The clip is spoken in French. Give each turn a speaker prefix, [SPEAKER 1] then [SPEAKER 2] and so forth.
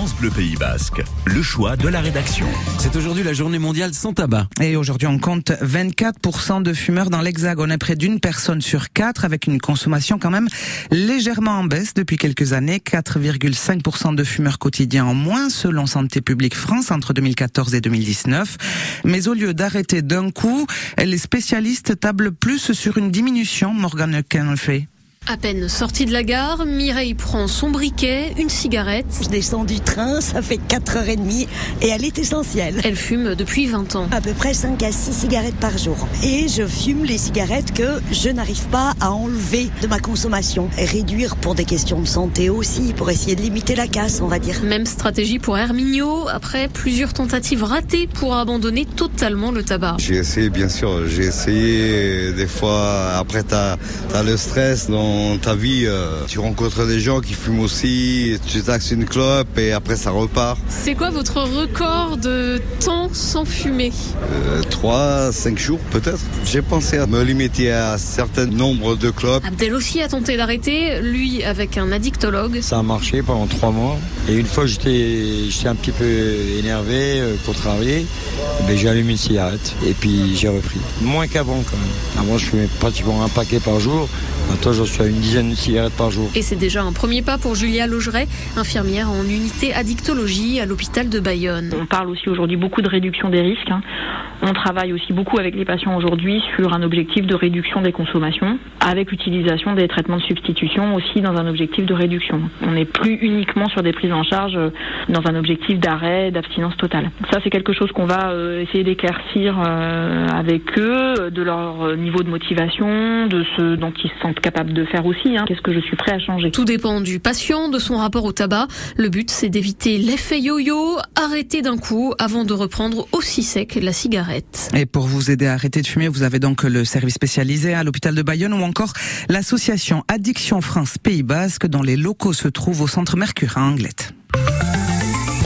[SPEAKER 1] France Bleu Pays Basque, le choix de la rédaction.
[SPEAKER 2] C'est aujourd'hui la journée mondiale sans tabac.
[SPEAKER 3] Et aujourd'hui, on compte 24% de fumeurs dans l'Hexagone. On est près d'une personne sur 4 avec une consommation quand même légèrement en baisse depuis quelques années. 4,5% de fumeurs quotidiens en moins selon Santé publique France entre 2014 et 2019. Mais au lieu d'arrêter d'un coup, les spécialistes tablent plus sur une diminution. Morgane Quinfé.
[SPEAKER 4] À peine sortie de la gare, Mireille prend son briquet, une cigarette.
[SPEAKER 5] Je descends du train, ça fait 4h30 et elle est essentielle.
[SPEAKER 4] Elle fume depuis 20 ans.
[SPEAKER 5] À peu près 5 à 6 cigarettes par jour. Et je fume les cigarettes que je n'arrive pas à enlever de ma consommation. Et réduire pour des questions de santé aussi, pour essayer de limiter la casse, on va dire.
[SPEAKER 4] Même stratégie pour Herminio, après plusieurs tentatives ratées pour abandonner totalement le tabac.
[SPEAKER 6] J'ai essayé, bien sûr, des fois, après t'as le stress dans ta vie, tu rencontres des gens qui fument aussi, tu taxes une clope et après ça repart.
[SPEAKER 4] C'est quoi votre record de temps sans fumer ?
[SPEAKER 6] 3-5 jours peut-être. J'ai pensé à me limiter à un certain nombre de clopes.
[SPEAKER 4] Abdel aussi a tenté d'arrêter, lui avec un addictologue.
[SPEAKER 7] Ça a marché pendant 3 mois et une fois j'étais un petit peu énervé, contrarié, j'ai allumé une cigarette et puis j'ai repris. Moins qu'avant quand même. Avant je fumais pratiquement un paquet par jour. Maintenant, j'en suis à une dizaine de cigarettes par jour.
[SPEAKER 4] Et c'est déjà un premier pas pour Julia Logeret, infirmière en unité addictologie à l'hôpital de Bayonne.
[SPEAKER 8] On parle aussi aujourd'hui beaucoup de réduction des risques. On travaille aussi beaucoup avec les patients aujourd'hui sur un objectif de réduction des consommations, avec l'utilisation des traitements de substitution aussi dans un objectif de réduction. On n'est plus uniquement sur des prises en charge dans un objectif d'arrêt, d'abstinence totale. Ça, c'est quelque chose qu'on va essayer d'éclaircir avec eux, de leur niveau de motivation, de ce dont ils se sentent capables de faire aussi. Qu'est-ce que je suis prêt à changer ?
[SPEAKER 4] Tout dépend du patient, de son rapport au tabac. Le but, c'est d'éviter l'effet yo-yo, arrêter d'un coup avant de reprendre aussi sec la cigarette.
[SPEAKER 3] Et pour vous aider à arrêter de fumer, vous avez donc le service spécialisé à l'hôpital de Bayonne ou encore l'association Addiction France Pays Basque dont les locaux se trouvent au centre Mercure à Anglet.